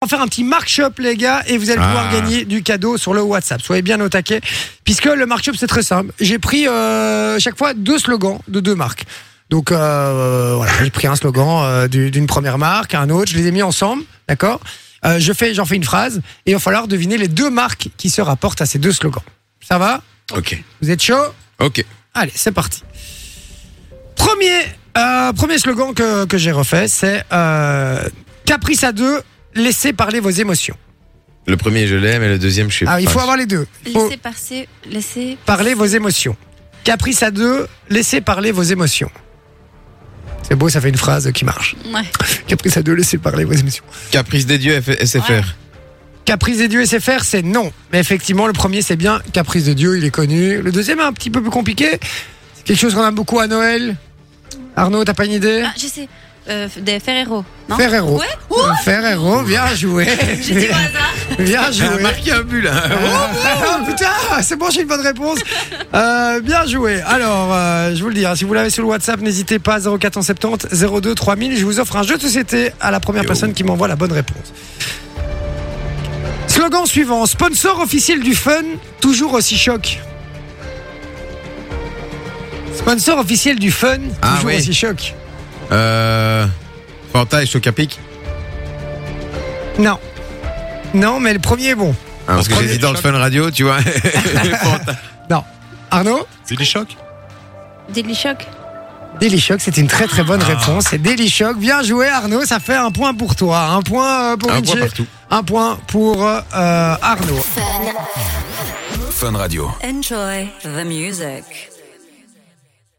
On va faire un petit mark-up, les gars, et vous allez pouvoir gagner du cadeau sur le WhatsApp. Soyez bien au taquet, puisque le mark-up, c'est très simple. J'ai pris chaque fois 2 slogans de 2 marques. Donc, voilà, j'ai pris un slogan d'une première marque, un autre, je les ai mis ensemble, d'accord ? J'en fais une phrase, et il va falloir deviner les 2 marques qui se rapportent à ces 2 slogans. Ça va ? Ok. Vous êtes chaud ? Ok. Allez, c'est parti. Premier slogan que j'ai refait, c'est Caprice à 2, laissez parler vos émotions. Le premier, je l'aime, et le deuxième, je sais pas. Il faut avoir les deux. Laissez Parler vos émotions. Caprice à 2, laissez parler vos émotions. C'est beau, ça fait une phrase qui marche. Ouais. Caprice à 2, laissez parler vos émotions. Caprice des dieux, SFR. Ouais. Caprice des dieux SFR, c'est non. Mais effectivement, le premier, c'est bien. Caprice de Dieu, il est connu. Le deuxième est un petit peu plus compliqué. C'est quelque chose qu'on a beaucoup à Noël. Arnaud, t'as pas une idée ? Ah, je sais. Des Ferrero, non ? Ferrero. Ouais. Ferrero, bien joué. J'ai dit au hasard. Bien joué. Marqué un but, là. Oh putain, c'est bon, j'ai une bonne réponse. Bien joué. Alors, je vous le dis, si vous l'avez sur le WhatsApp, n'hésitez pas, 0470 02 3000. Je vous offre un jeu de société à la première personne qui m'envoie la bonne réponse. Slogan suivant, sponsor officiel du fun, toujours aussi choc. Sponsor officiel du fun, toujours aussi choc. Fanta et Chocapic. Non. Non, mais le premier est bon. Parce que j'ai dit dans le Fun Radio, tu vois. Non. Arnaud ? Daily Shock. Daily Shock. Daily Shock, c'est une très très bonne réponse. C'est Daily Shock. Bien joué, Arnaud. Ça fait un point pour toi. Un point pour Un Vinci. point partout. Un point pour Arnaud. Fun Radio. Enjoy the music.